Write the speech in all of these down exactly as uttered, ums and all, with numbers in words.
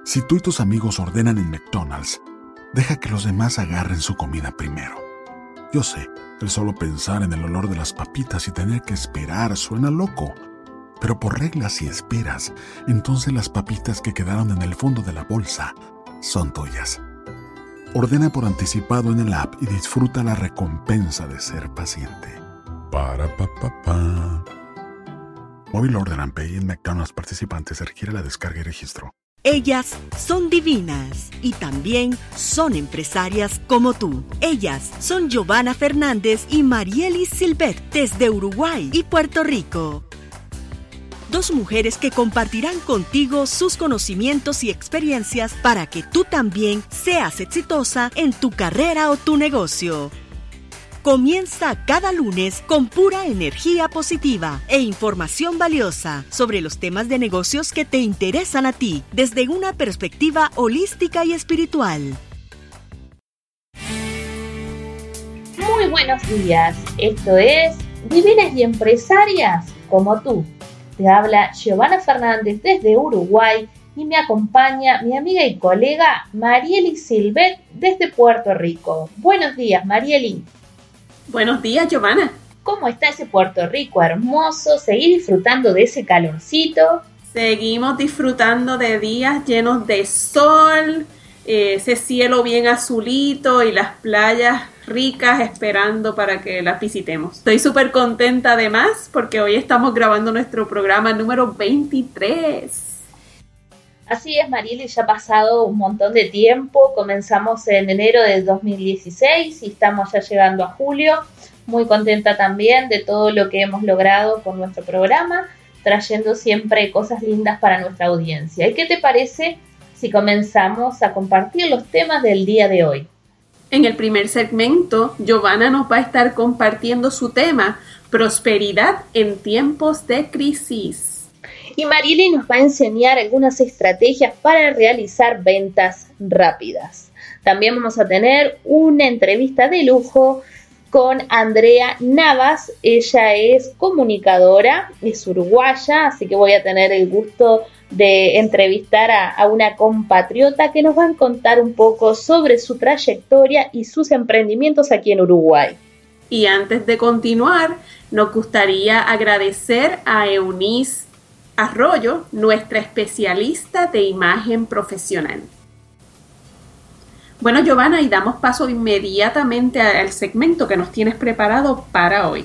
Si tú y tus amigos ordenan en McDonald's, deja que los demás agarren su comida primero. Yo sé, el solo pensar en el olor de las papitas y tener que esperar suena loco. Pero por reglas, si esperas, entonces las papitas que quedaron en el fondo de la bolsa son tuyas. Ordena por anticipado en el app y disfruta la recompensa de ser paciente. Para pa pa pa. Móvil Order and Pay en McDonald's participantes se requiere la descarga y registro. Ellas son divinas y también son empresarias como tú. Ellas son Giovanna Fernández y Marielis Silvet desde Uruguay y Puerto Rico. Dos mujeres que compartirán contigo sus conocimientos y experiencias para que tú también seas exitosa en tu carrera o tu negocio. Comienza cada lunes con pura energía positiva e información valiosa sobre los temas de negocios que te interesan a ti desde una perspectiva holística y espiritual. Muy buenos días, esto es Divinas y Empresarias como tú. Te habla Giovanna Fernández desde Uruguay y me acompaña mi amiga y colega Marielis Silvet desde Puerto Rico. Buenos días, Marielis. Buenos días, Giovanna. ¿Cómo está ese Puerto Rico hermoso? ¿Seguís disfrutando de ese calorcito? Seguimos disfrutando de días llenos de sol, eh, ese cielo bien azulito y las playas ricas esperando para que las visitemos. Estoy súper contenta además porque hoy estamos grabando nuestro programa número veintitrés. Así es, Marielis, ya ha pasado un montón de tiempo. Comenzamos en enero de dos mil dieciséis y estamos ya llegando a julio. Muy contenta también de todo lo que hemos logrado con nuestro programa, trayendo siempre cosas lindas para nuestra audiencia. ¿Y qué te parece si comenzamos a compartir los temas del día de hoy? En el primer segmento, Giovanna nos va a estar compartiendo su tema, prosperidad en tiempos de crisis. Y Marielis nos va a enseñar algunas estrategias para realizar ventas rápidas. También vamos a tener una entrevista de lujo con Andrea Navas. Ella es comunicadora, es uruguaya, así que voy a tener el gusto de entrevistar a, a una compatriota que nos va a contar un poco sobre su trayectoria y sus emprendimientos aquí en Uruguay. Y antes de continuar, nos gustaría agradecer a Eunice Arroyo, nuestra especialista de imagen profesional. Bueno, Giovanna, y damos paso inmediatamente al segmento que nos tienes preparado para hoy.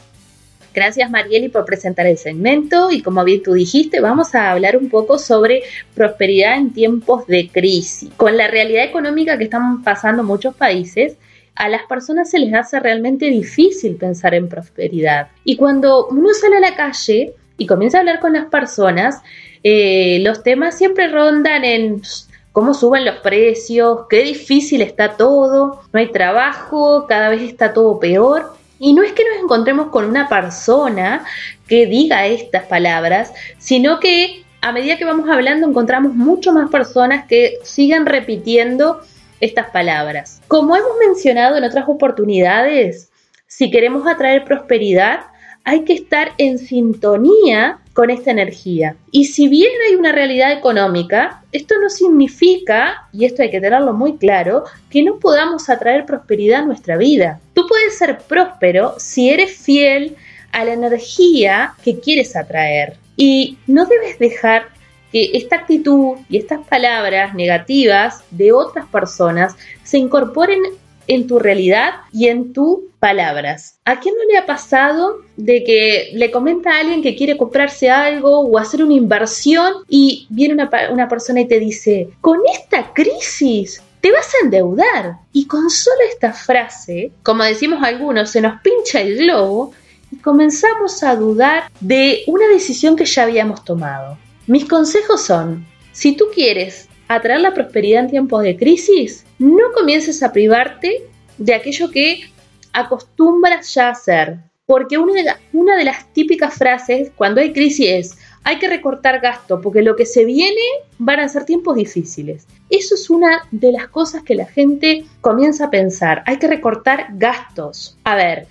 Gracias, Marielis, por presentar el segmento y como bien tú dijiste, vamos a hablar un poco sobre prosperidad en tiempos de crisis. Con la realidad económica que están pasando muchos países, a las personas se les hace realmente difícil pensar en prosperidad. Y cuando uno sale a la calle y comienza a hablar con las personas, eh, los temas siempre rondan en cómo suben los precios, qué difícil está todo, no hay trabajo, cada vez está todo peor. Y no es que nos encontremos con una persona que diga estas palabras, sino que a medida que vamos hablando encontramos mucho más personas que sigan repitiendo estas palabras. Como hemos mencionado en otras oportunidades, si queremos atraer prosperidad, hay que estar en sintonía con esta energía. Y si bien hay una realidad económica, esto no significa, y esto hay que tenerlo muy claro, que no podamos atraer prosperidad a nuestra vida. Tú puedes ser próspero si eres fiel a la energía que quieres atraer. Y no debes dejar que esta actitud y estas palabras negativas de otras personas se incorporen en tu realidad y en tus palabras. ¿A quién no le ha pasado de que le comenta a alguien que quiere comprarse algo o hacer una inversión y viene una, una persona y te dice, con esta crisis te vas a endeudar? Y con solo esta frase, como decimos algunos, se nos pincha el globo y comenzamos a dudar de una decisión que ya habíamos tomado. Mis consejos son, si tú quieres atraer la prosperidad en tiempos de crisis, no comiences a privarte de aquello que acostumbras ya a hacer. Porque una de, la, una de las típicas frases cuando hay crisis es, hay que recortar gasto, porque lo que se viene van a ser tiempos difíciles. Eso es una de las cosas que la gente comienza a pensar. Hay que recortar gastos. A ver,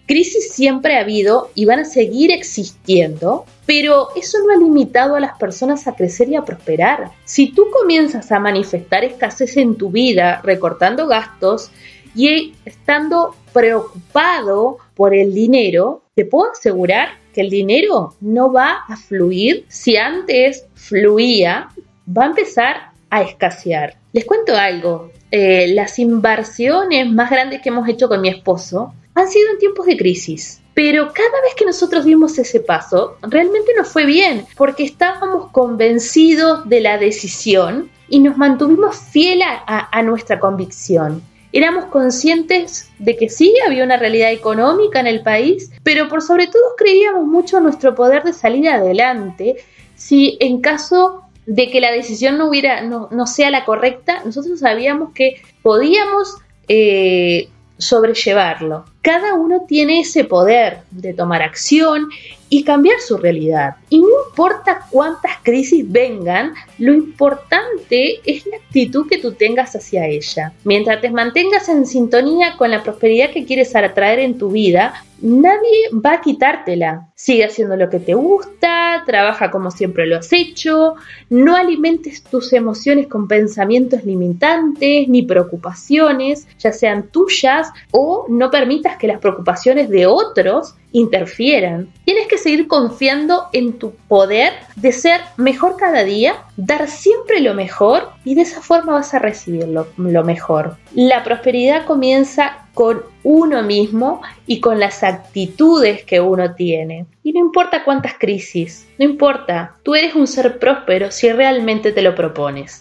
Crisis siempre ha habido y van a seguir existiendo, pero eso no ha limitado a las personas a crecer y a prosperar. Si tú comienzas a manifestar escasez en tu vida, recortando gastos y estando preocupado por el dinero, te puedo asegurar que el dinero no va a fluir. Si antes fluía, va a empezar a escasear. Les cuento algo, eh, las inversiones más grandes que hemos hecho con mi esposo han sido en tiempos de crisis, pero cada vez que nosotros dimos ese paso, realmente nos fue bien, porque estábamos convencidos de la decisión y nos mantuvimos fieles a, a nuestra convicción. Éramos conscientes de que sí, había una realidad económica en el país, pero por sobre todo creíamos mucho en nuestro poder de salir adelante si en caso de que la decisión no hubiera, no, no sea la correcta, nosotros sabíamos que podíamos eh, sobrellevarlo. Cada uno tiene ese poder de tomar acción y cambiar su realidad. Y no importa cuántas crisis vengan, lo importante es la actitud que tú tengas hacia ella. Mientras te mantengas en sintonía con la prosperidad que quieres atraer en tu vida, nadie va a quitártela. Sigue haciendo lo que te gusta, trabaja como siempre lo has hecho, no alimentes tus emociones con pensamientos limitantes ni preocupaciones, ya sean tuyas, o no permitas que las preocupaciones de otros interfieran. Tienes que seguir confiando en tu poder de ser mejor cada día, dar siempre lo mejor y de esa forma vas a recibir lo, lo mejor. La prosperidad comienza con uno mismo y con las actitudes que uno tiene. Y no importa cuántas crisis, no importa, tú eres un ser próspero si realmente te lo propones.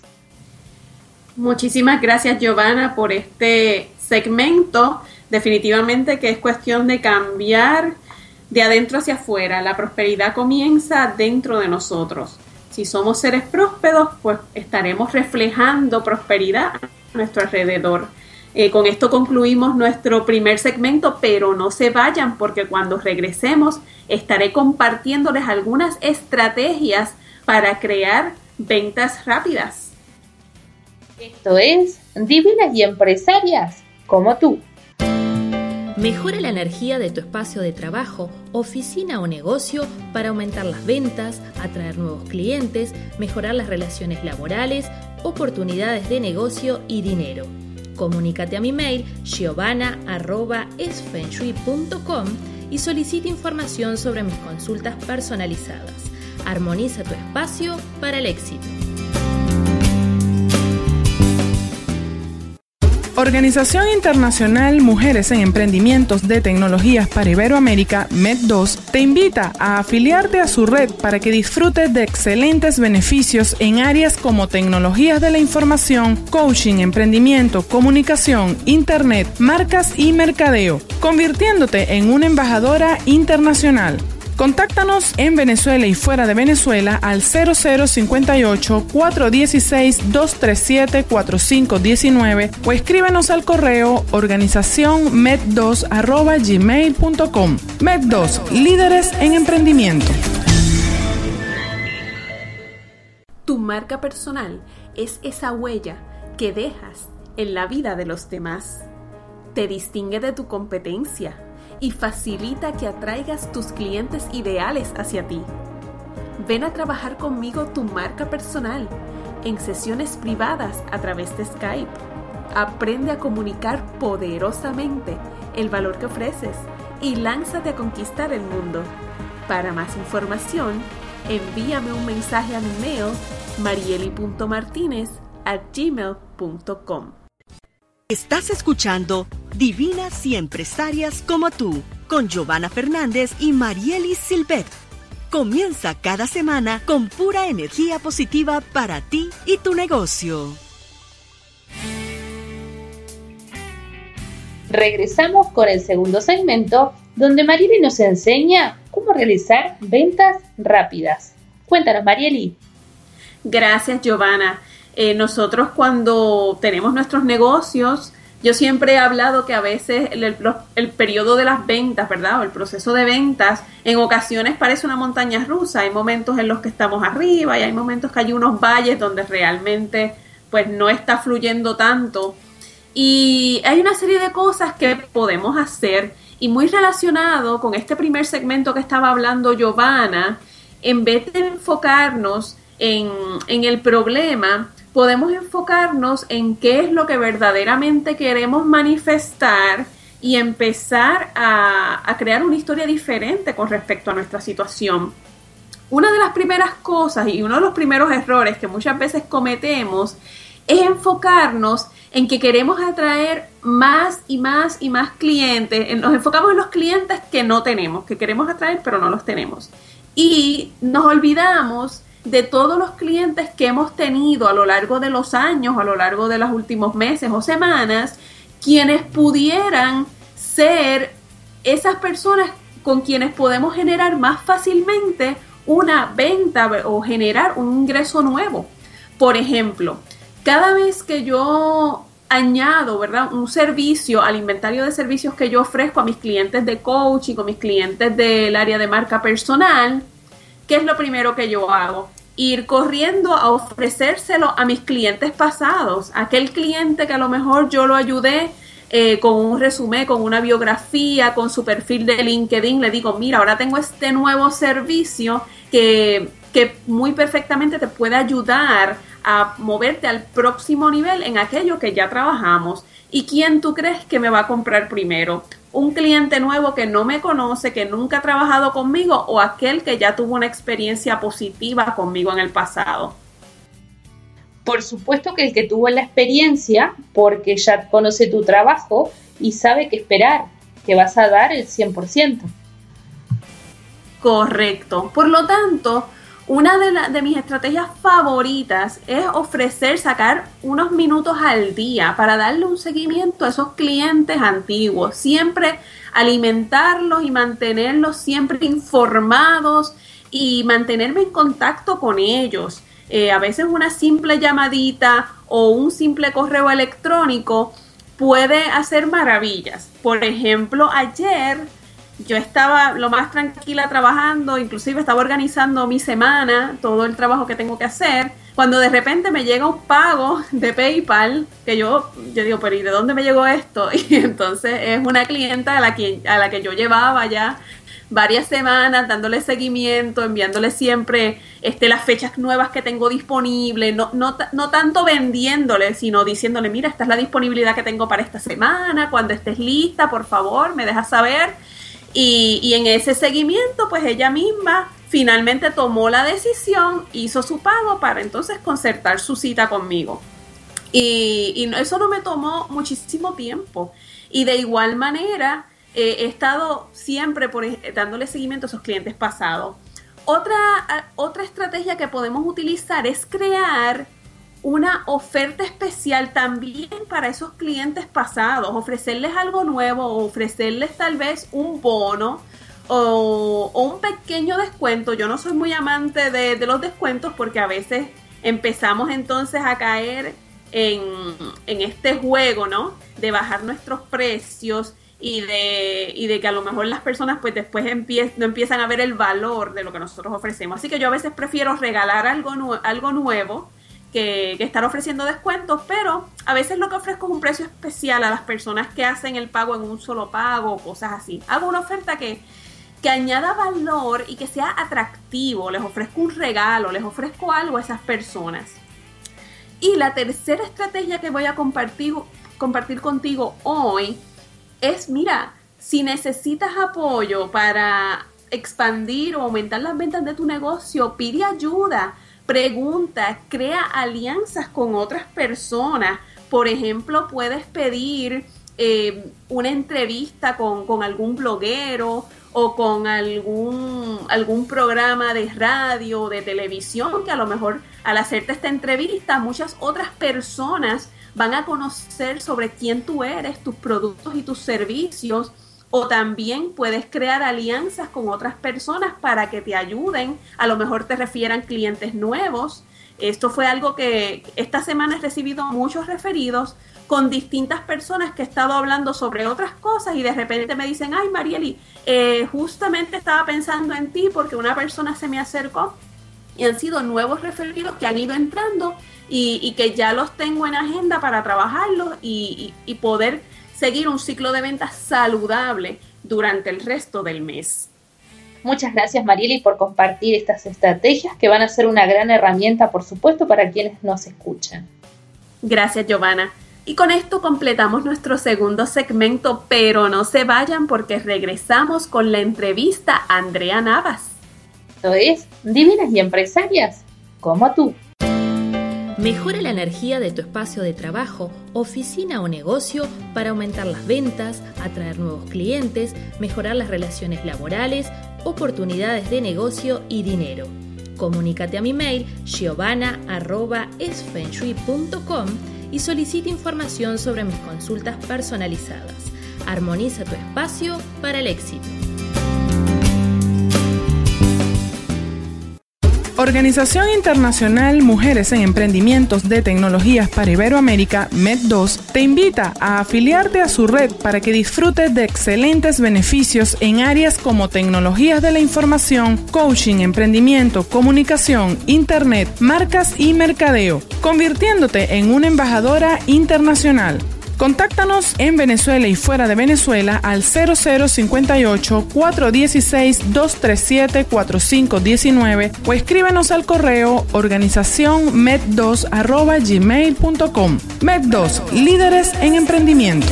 Muchísimas gracias, Giovanna, por este segmento. Definitivamente que es cuestión de cambiar de adentro hacia afuera. La prosperidad comienza dentro de nosotros. Si somos seres prósperos, pues estaremos reflejando prosperidad a nuestro alrededor. Eh, con esto concluimos nuestro primer segmento, pero no se vayan porque cuando regresemos estaré compartiéndoles algunas estrategias para crear ventas rápidas. Esto es Divinas y Empresarias como tú. Mejora la energía de tu espacio de trabajo, oficina o negocio para aumentar las ventas, atraer nuevos clientes, mejorar las relaciones laborales, oportunidades de negocio y dinero. Comunícate a mi mail giovanna arroba es feng shui punto com y solicita información sobre mis consultas personalizadas. Armoniza tu espacio para el éxito. Organización Internacional Mujeres en Emprendimientos de Tecnologías para Iberoamérica, M E D dos, te invita a afiliarte a su red para que disfrutes de excelentes beneficios en áreas como tecnologías de la información, coaching, emprendimiento, comunicación, internet, marcas y mercadeo, convirtiéndote en una embajadora internacional. Contáctanos en Venezuela y fuera de Venezuela al cero cero cinco ocho, cuatro uno seis, dos tres siete, cuatro cinco uno nueve o escríbenos al correo organización med dos arroba gmail punto com. med dos, líderes en emprendimiento. Tu marca personal es esa huella que dejas en la vida de los demás. Te distingue de tu competencia y facilita que atraigas tus clientes ideales hacia ti. Ven a trabajar conmigo tu marca personal en sesiones privadas a través de Skype. Aprende a comunicar poderosamente el valor que ofreces y lánzate a conquistar el mundo. Para más información, envíame un mensaje a mi mail marieli punto martinez arroba gmail punto com. Estás escuchando Divinas y Empresarias como tú, con Giovanna Fernández y Marielis Silvet. Comienza cada semana con pura energía positiva para ti y tu negocio. Regresamos con el segundo segmento, donde Marieli nos enseña cómo realizar ventas rápidas. Cuéntanos, Marieli. Gracias, Giovanna. Eh, nosotros cuando tenemos nuestros negocios, yo siempre he hablado que a veces el, el, el periodo de las ventas, ¿verdad? O el proceso de ventas, en ocasiones parece una montaña rusa. Hay momentos en los que estamos arriba y hay momentos que hay unos valles donde realmente pues no está fluyendo tanto. Y hay una serie de cosas que podemos hacer Y muy relacionado con este primer segmento que estaba hablando Giovanna, en vez de enfocarnos en, en el problema, podemos enfocarnos en qué es lo que verdaderamente queremos manifestar y empezar a, a crear una historia diferente con respecto a nuestra situación. Una de las primeras cosas y uno de los primeros errores que muchas veces cometemos es enfocarnos en que queremos atraer más y más y más clientes. Nos enfocamos en los clientes que no tenemos, que queremos atraer pero no los tenemos. Y nos olvidamos de todos los clientes que hemos tenido a lo largo de los años, a lo largo de los últimos meses o semanas, quienes pudieran ser esas personas con quienes podemos generar más fácilmente una venta o generar un ingreso nuevo. Por ejemplo, cada vez que yo añado, ¿verdad?, un servicio al inventario de servicios que yo ofrezco a mis clientes de coaching, con mis clientes del área de marca personal, ¿qué es lo primero que yo hago? Ir corriendo a ofrecérselo a mis clientes pasados, aquel cliente que a lo mejor yo lo ayudé eh, con un resumen, con una biografía, con su perfil de LinkedIn. Le digo, mira, ahora tengo este nuevo servicio que, que muy perfectamente te puede ayudar a moverte al próximo nivel en aquello que ya trabajamos. ¿Y quién tú crees que me va a comprar primero? ¿Un cliente nuevo que no me conoce, que nunca ha trabajado conmigo, o aquel que ya tuvo una experiencia positiva conmigo en el pasado? Por supuesto que el que tuvo la experiencia, porque ya conoce tu trabajo y sabe qué esperar, que vas a dar el cien por ciento. Correcto. Por lo tanto, una de, la, de mis estrategias favoritas es ofrecer, sacar unos minutos al día para darle un seguimiento a esos clientes antiguos. Siempre alimentarlos y mantenerlos siempre informados y mantenerme en contacto con ellos. Eh, a veces una simple llamadita o un simple correo electrónico puede hacer maravillas. Por ejemplo, ayer yo estaba lo más tranquila trabajando, inclusive estaba organizando mi semana, todo el trabajo que tengo que hacer, cuando de repente me llega un pago de PayPal, que yo, yo digo, pero ¿y de dónde me llegó esto? Y entonces es una clienta a la que, a la que yo llevaba ya varias semanas dándole seguimiento, enviándole siempre este, las fechas nuevas que tengo disponibles, no, no, no tanto vendiéndole, sino diciéndole, mira, esta es la disponibilidad que tengo para esta semana, cuando estés lista, por favor, me dejas saber. Y, y en ese seguimiento, pues ella misma finalmente tomó la decisión, hizo su pago para entonces concertar su cita conmigo. Y, y eso no me tomó muchísimo tiempo. Y de igual manera, eh, he estado siempre por, dándole seguimiento a esos clientes pasados. Otra, otra estrategia que podemos utilizar es crear una oferta especial también para esos clientes pasados, ofrecerles algo nuevo o ofrecerles tal vez un bono o, o un pequeño descuento. Yo no soy muy amante de, de los descuentos porque a veces empezamos entonces a caer en, en este juego, ¿no? De bajar nuestros precios y de, y de que a lo mejor las personas pues después empie- no empiezan a ver el valor de lo que nosotros ofrecemos. Así que yo a veces prefiero regalar algo, nu- algo nuevo Que, que estar ofreciendo descuentos, pero a veces lo que ofrezco es un precio especial a las personas que hacen el pago en un solo pago o cosas así. Hago una oferta que, que añada valor y que sea atractivo, les ofrezco un regalo, les ofrezco algo a esas personas. Y la tercera estrategia que voy a compartir, compartir contigo hoy es, mira, si necesitas apoyo para expandir o aumentar las ventas de tu negocio, pide ayuda. Pregunta, crea alianzas con otras personas. Por ejemplo, puedes pedir eh, una entrevista con, con algún bloguero o con algún, algún programa de radio o de televisión que a lo mejor al hacerte esta entrevista muchas otras personas van a conocer sobre quién tú eres, tus productos y tus servicios. O también puedes crear alianzas con otras personas para que te ayuden, a lo mejor te refieran clientes nuevos. Esto fue algo que esta semana he recibido muchos referidos con distintas personas que he estado hablando sobre otras cosas y de repente me dicen, ay Marieli, eh, justamente estaba pensando en ti porque una persona se me acercó y han sido nuevos referidos que han ido entrando y, y que ya los tengo en agenda para trabajarlos y, y, y poder seguir un ciclo de ventas saludable durante el resto del mes. Muchas gracias, Marieli, por compartir estas estrategias que van a ser una gran herramienta, por supuesto, para quienes nos escuchan. Gracias, Giovanna. Y con esto completamos nuestro segundo segmento, pero no se vayan porque regresamos con la entrevista a Andrea Navas. Esto es Divinas y Empresarias como tú. Mejora la energía de tu espacio de trabajo, oficina o negocio para aumentar las ventas, atraer nuevos clientes, mejorar las relaciones laborales, oportunidades de negocio y dinero. Comunícate a mi mail giovanna arroba es feng shui punto com y solicita información sobre mis consultas personalizadas. Armoniza tu espacio para el éxito. Organización Internacional Mujeres en Emprendimientos de Tecnologías para Iberoamérica, M E D dos, te invita a afiliarte a su red para que disfrutes de excelentes beneficios en áreas como tecnologías de la información, coaching, emprendimiento, comunicación, internet, marcas y mercadeo, convirtiéndote en una embajadora internacional. Contáctanos en Venezuela y fuera de Venezuela al cero cero cinco ocho, cuatro uno seis, dos tres siete, cuatro cinco uno nueve o escríbenos al correo organización med dos arroba gmail punto com. med dos, líderes en emprendimiento.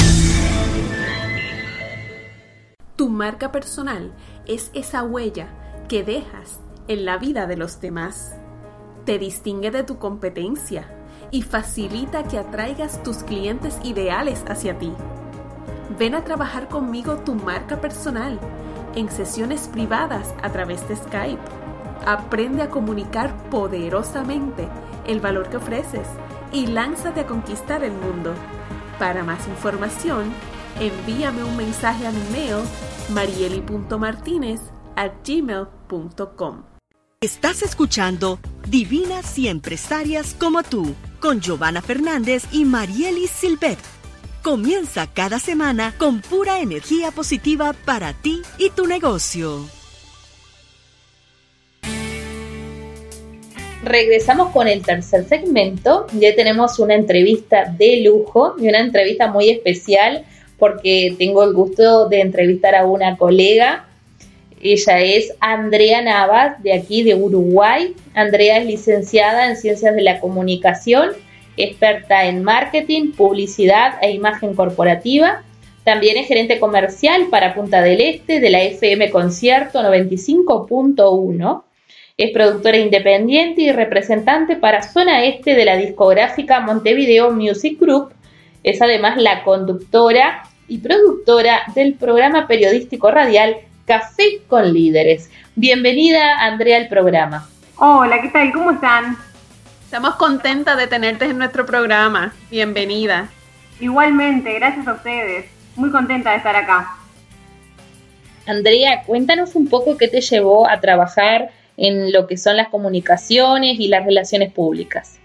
Tu marca personal es esa huella que dejas en la vida de los demás. Te distingue de tu competencia y facilita que atraigas tus clientes ideales hacia ti. Ven a trabajar conmigo tu marca personal en sesiones privadas a través de Skype. Aprende a comunicar poderosamente el valor que ofreces y lánzate a conquistar el mundo. Para más información, envíame un mensaje a mi mail marieli punto martinez arroba gmail punto com. Estás escuchando Divinas y Empresarias como tú, con Giovanna Fernández y Marieli Silvet. Comienza cada semana con pura energía positiva para ti y tu negocio. Regresamos con el tercer segmento. Ya tenemos una entrevista de lujo y una entrevista muy especial porque tengo el gusto de entrevistar a una colega. Ella es Andrea Navas, de aquí de Uruguay. Andrea es licenciada en Ciencias de la Comunicación, experta en marketing, publicidad e imagen corporativa. También es gerente comercial para Punta del Este de la F M Concierto noventa y cinco punto uno. Es productora independiente y representante para Zona Este de la discográfica Montevideo Music Group. Es además la conductora y productora del programa periodístico radial Café con Líderes. Bienvenida, Andrea, al programa. Hola, ¿qué tal? ¿Cómo están? Estamos contentas de tenerte en nuestro programa. Bienvenida. Igualmente, gracias a ustedes. Muy contenta de estar acá. Andrea, cuéntanos un poco qué te llevó a trabajar en lo que son las comunicaciones y las relaciones públicas.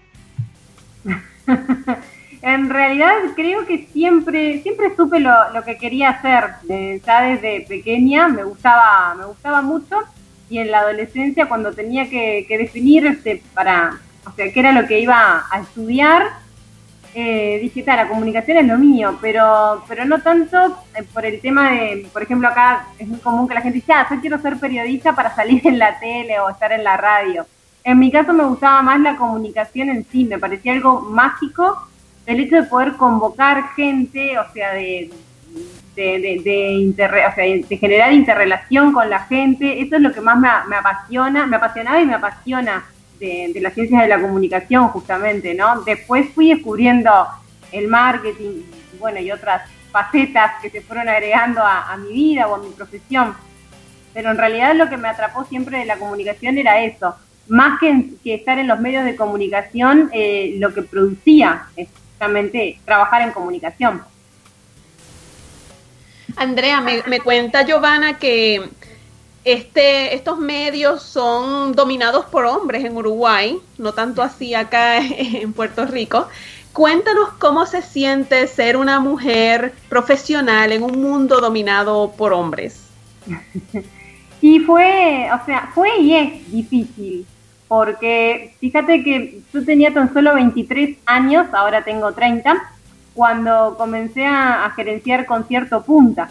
En realidad creo que siempre siempre supe lo, lo que quería hacer. Eh, ya desde pequeña me gustaba me gustaba mucho y en la adolescencia cuando tenía que, que definir este, para, o sea, qué era lo que iba a estudiar, eh, dije, la comunicación es lo mío, pero pero no tanto eh, por el tema de, por ejemplo, acá es muy común que la gente dice, ah, yo quiero ser periodista para salir en la tele o estar en la radio. En mi caso me gustaba más la comunicación en sí, me parecía algo mágico el hecho de poder convocar gente, o sea, de, de, de, de, interre, o sea, de generar interrelación con la gente. Eso es lo que más me, me apasiona, me apasionaba y me apasiona de, de las ciencias de la comunicación, justamente, ¿no? Después fui descubriendo el marketing, bueno, y otras facetas que se fueron agregando a, a mi vida o a mi profesión. Pero en realidad lo que me atrapó siempre de la comunicación era eso. Más que, que estar en los medios de comunicación, eh, lo que producía es justamente trabajar en comunicación. Andrea, me, me cuenta Giovanna que este, estos medios son dominados por hombres en Uruguay, no tanto así acá en Puerto Rico. Cuéntanos cómo se siente ser una mujer profesional en un mundo dominado por hombres. Y fue, o sea, fue y es difícil, porque fíjate que yo tenía tan solo veintitrés años, ahora tengo treinta, cuando comencé a, a gerenciar Concierto Punta,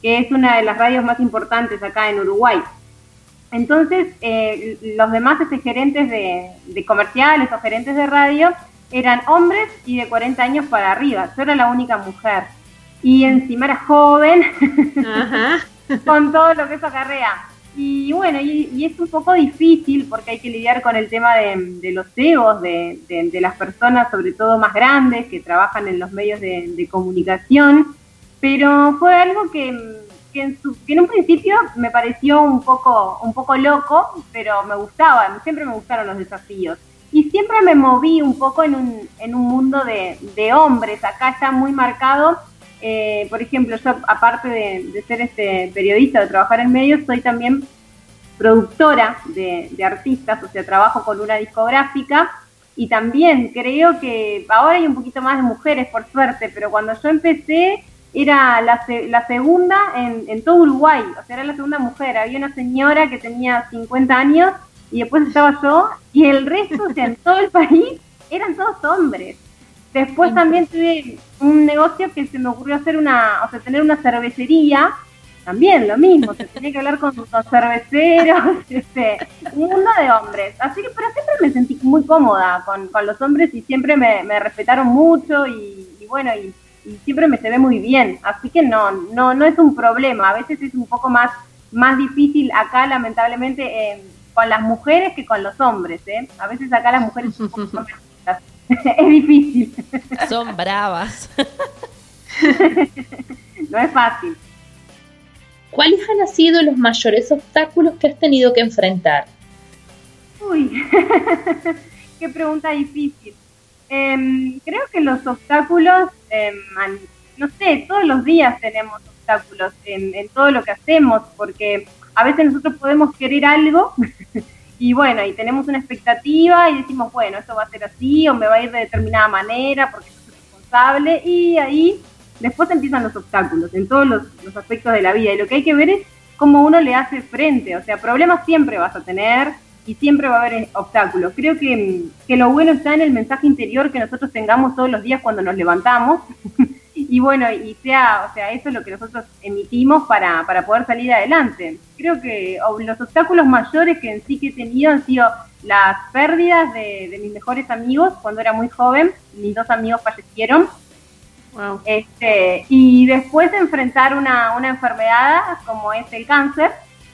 que es una de las radios más importantes acá en Uruguay. Entonces, eh, los demás este, gerentes de, de comerciales o gerentes de radio eran hombres y de cuarenta años para arriba. Yo era la única mujer. Y encima era joven, Ajá. con todo lo que eso acarrea. Y bueno, y, y es un poco difícil porque hay que lidiar con el tema de, de los egos, de, de, de las personas, sobre todo más grandes, que trabajan en los medios de, de comunicación. Pero fue algo que, que, en su, que en un principio me pareció un poco, un poco loco, pero me gustaba, siempre me gustaron los desafíos. Y siempre me moví un poco en un, en un mundo de, de hombres, acá está muy marcado. Eh, por ejemplo, yo aparte de, de ser este periodista, de trabajar en medios, soy también productora de, de artistas, o sea, trabajo con una discográfica y también creo que ahora hay un poquito más de mujeres, por suerte, pero cuando yo empecé era la, la segunda en, en todo Uruguay, o sea, era la segunda mujer. Había una señora que tenía cincuenta años y después estaba yo y el resto, o sea, en todo el país eran todos hombres. Después también tuve un negocio que se me ocurrió hacer una, o sea, tener una cervecería, también lo mismo, se tenía que hablar con, con cerveceros, este, un mundo de hombres. Así que, pero siempre me sentí muy cómoda con, con los hombres y siempre me, me respetaron mucho y, y bueno, y, y siempre me se ve muy bien. Así que no, no, no es un problema. A veces es un poco más, más difícil acá, lamentablemente, eh, con las mujeres que con los hombres, ¿eh? A veces acá las mujeres son un poco más machistas. Es difícil. Son bravas. No es fácil. ¿Cuáles han sido los mayores obstáculos que has tenido que enfrentar? Uy, qué pregunta difícil. Eh, creo que los obstáculos, eh, no sé, todos los días tenemos obstáculos en, en todo lo que hacemos, porque a veces nosotros podemos querer algo y bueno, y tenemos una expectativa y decimos, bueno, esto va a ser así o me va a ir de determinada manera porque yo soy responsable, y ahí después empiezan los obstáculos en todos los, los aspectos de la vida, y lo que hay que ver es cómo uno le hace frente. O sea, problemas siempre vas a tener y siempre va a haber obstáculos. Creo que, que lo bueno está en el mensaje interior que nosotros tengamos todos los días cuando nos levantamos y bueno, y sea, o sea, eso es lo que nosotros emitimos para, para poder salir adelante. Creo que los obstáculos mayores que en sí que he tenido han sido las pérdidas de, de mis mejores amigos cuando era muy joven. Mis dos amigos fallecieron. Wow. Este, y después enfrentar una, una enfermedad como es el cáncer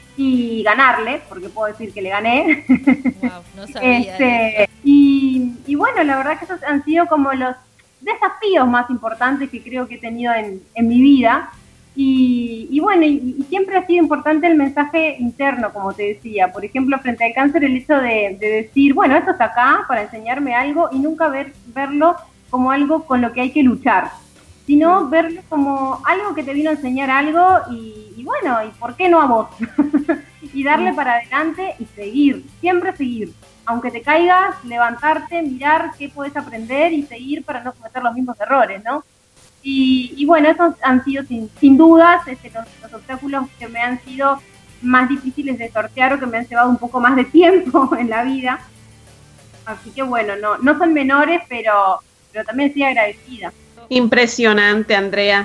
y ganarle, porque puedo decir que le gané. Wow, no sabía este, y, y bueno, la verdad que esos han sido como los desafíos más importantes que creo que he tenido en, en mi vida. Y, y bueno, y, y siempre ha sido importante el mensaje interno, como te decía. Por ejemplo, frente al cáncer, el hecho de, de decir, bueno, esto está acá para enseñarme algo, y nunca ver, verlo como algo con lo que hay que luchar, sino verlo como algo que te vino a enseñar algo y, y bueno, ¿y por qué no a vos? Y darle para adelante y seguir, siempre seguir. Aunque te caigas, levantarte, mirar qué puedes aprender y seguir para no cometer los mismos errores, ¿no? Y, y bueno, esos han sido sin, sin dudas este, los, los obstáculos que me han sido más difíciles de sortear o que me han llevado un poco más de tiempo en la vida. Así que bueno, no, no son menores, pero, pero también estoy agradecida. Impresionante, Andrea.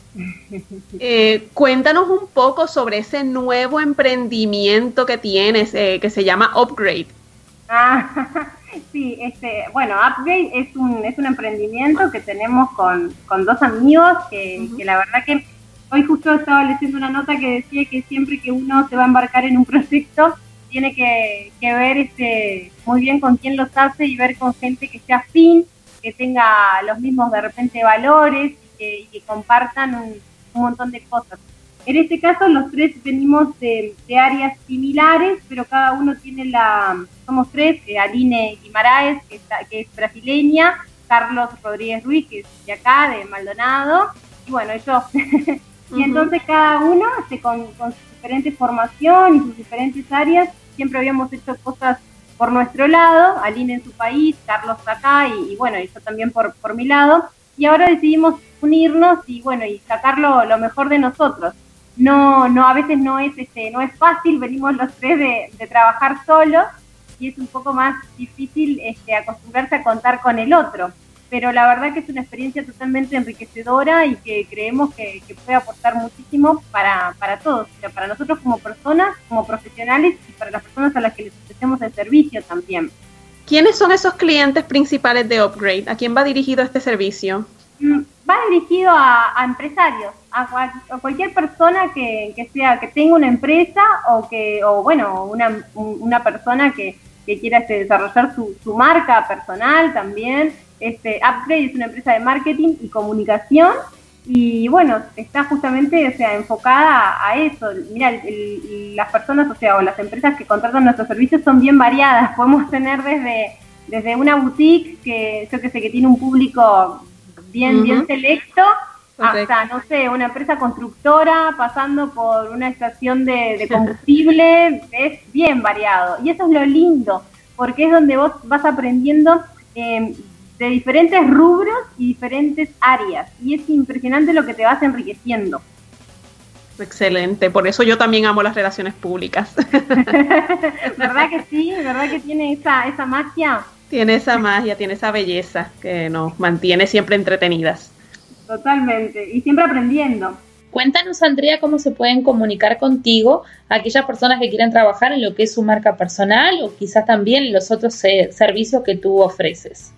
Eh, cuéntanos un poco sobre ese nuevo emprendimiento que tienes, eh, que se llama Upgrade. Ah, sí, este, bueno, Upgrade es un, es un emprendimiento que tenemos con, con dos amigos que, uh-huh. que la verdad que hoy justo estaba leyendo una nota que decía que siempre que uno se va a embarcar en un proyecto tiene que, que ver este, muy bien con quién los hace y ver con gente que sea afín, que tenga los mismos de repente valores y que, y que compartan un, un montón de cosas. En este caso los tres venimos de, de áreas similares, pero cada uno tiene la, somos tres, eh, Aline Guimaraes, que, está, que es brasileña, Carlos Rodríguez Ruiz, que es de acá, de Maldonado, y bueno, yo. Y uh-huh. entonces cada uno este, con, con su diferente formación y sus diferentes áreas, siempre habíamos hecho cosas por nuestro lado, Aline en su país, Carlos acá y, y bueno, y yo también por, por mi lado, y ahora decidimos unirnos y bueno, y sacar lo, lo mejor de nosotros. No, no, a veces no es, este, no es fácil, venimos los tres de, de trabajar solos y es un poco más difícil este, acostumbrarse a contar con el otro. pero la verdad que es una experiencia totalmente enriquecedora y que creemos que, que puede aportar muchísimo para, para todos, o sea, para nosotros como personas, como profesionales y para las personas a las que les ofrecemos el servicio también. ¿Quiénes son esos clientes principales de Upgrade? ¿A quién va dirigido este servicio? Va dirigido a, a empresarios, a, cual, a cualquier persona que, que sea que tenga una empresa o que o bueno una, una persona que, que quiera este, desarrollar su, su marca personal también. Este, Upgrade es una empresa de marketing y comunicación y bueno, está justamente, o sea, enfocada a, a eso. Mira, el, el, las personas, o sea, o las empresas que contratan nuestros servicios son bien variadas. Podemos tener desde, desde una boutique que yo que sé que tiene un público bien, uh-huh. bien selecto, Perfecto. hasta, no sé, una empresa constructora, pasando por una estación de, de combustible, es bien variado. Y eso es lo lindo, porque es donde vos vas aprendiendo eh, de diferentes rubros y diferentes áreas. Y es impresionante lo que te vas enriqueciendo. Excelente, por eso yo también amo las relaciones públicas. ¿Verdad que sí? ¿Verdad que tiene esa, esa magia? Tiene esa magia, tiene esa belleza que nos mantiene siempre entretenidas. Totalmente, y siempre aprendiendo. Cuéntanos, Andrea, cómo se pueden comunicar contigo aquellas personas que quieren trabajar en lo que es su marca personal o quizás también los otros eh, servicios que tú ofreces.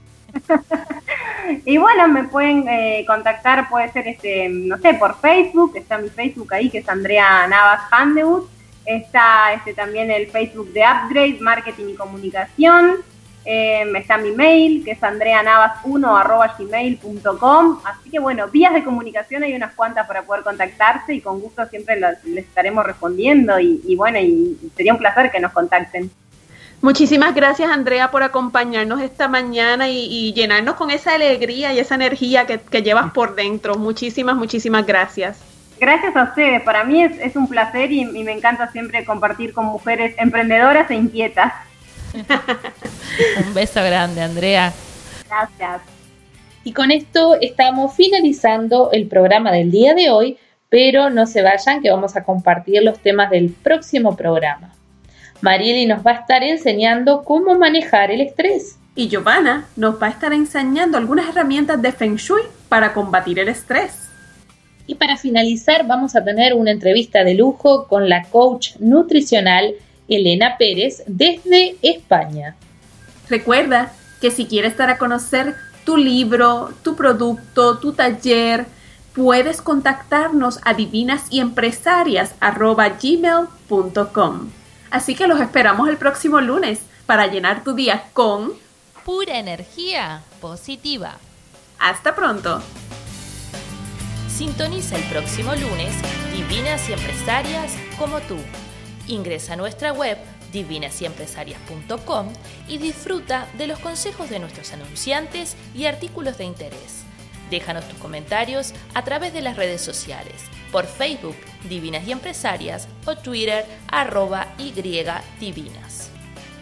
Y bueno, me pueden eh, contactar, puede ser, este, no sé, por Facebook, está mi Facebook ahí, que es Andrea Navas Handewood, está este, también el Facebook de Upgrade, Marketing y Comunicación. Eh, está mi mail, que es andreanavas uno arroba gmail punto com. Así que bueno, vías de comunicación hay unas cuantas para poder contactarse y con gusto siempre los, les estaremos respondiendo y, y bueno, y, y sería un placer que nos contacten. Muchísimas gracias, Andrea, por acompañarnos esta mañana y, y llenarnos con esa alegría y esa energía que, que llevas por dentro. Muchísimas, muchísimas gracias. Gracias a ustedes, para mí es, es un placer y, y me encanta siempre compartir con mujeres emprendedoras e inquietas. Un beso grande, Andrea. Gracias. Y con esto estamos finalizando el programa del día de hoy, pero no se vayan que vamos a compartir los temas del próximo programa. Marieli nos va a estar enseñando cómo manejar el estrés. Y Giovanna nos va a estar enseñando algunas herramientas de Feng Shui para combatir el estrés. Y para finalizar vamos a tener una entrevista de lujo con la coach nutricional Elena Pérez desde España. Recuerda que si quieres dar a conocer tu libro, tu producto, tu taller, puedes contactarnos a divinasyempresarias arroba gmail punto com. Así que los esperamos el próximo lunes para llenar tu día con pura energía positiva. Hasta pronto. Sintoniza el próximo lunes Divinas y Empresarias como tú. Ingresa a nuestra web divinas y empresarias punto com y disfruta de los consejos de nuestros anunciantes y artículos de interés. Déjanos tus comentarios a través de las redes sociales, por Facebook Divinas y Empresarias o Twitter arroba y divinas.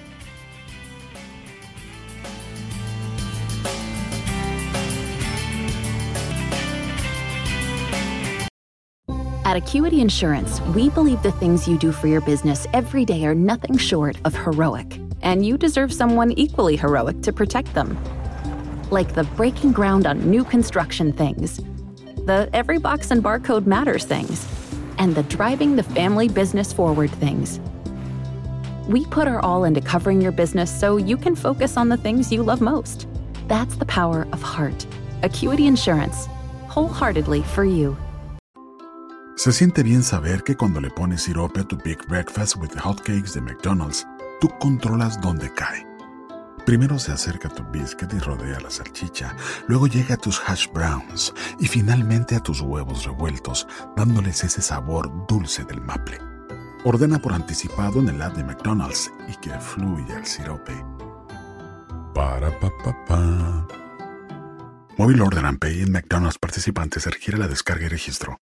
At Acuity Insurance, we believe the things you do for your business every day are nothing short of heroic, and you deserve someone equally heroic to protect them. Like the breaking ground on new construction things, the every box and barcode matters things, and the driving the family business forward things. We put our all into covering your business so you can focus on the things you love most. That's the power of heart. Acuity Insurance, wholeheartedly for you. Se siente bien saber que cuando le pones sirope a tu Big Breakfast with Hotcakes de McDonald's, tú controlas dónde cae. Primero se acerca a tu biscuit y rodea la salchicha, luego llega a tus hash browns y finalmente a tus huevos revueltos, dándoles ese sabor dulce del maple. Ordena por anticipado en el app de McDonald's y que fluya el sirope. Para pa pa pa. Móvil Order and Pay en McDonald's participantes, requiere la descarga y registro.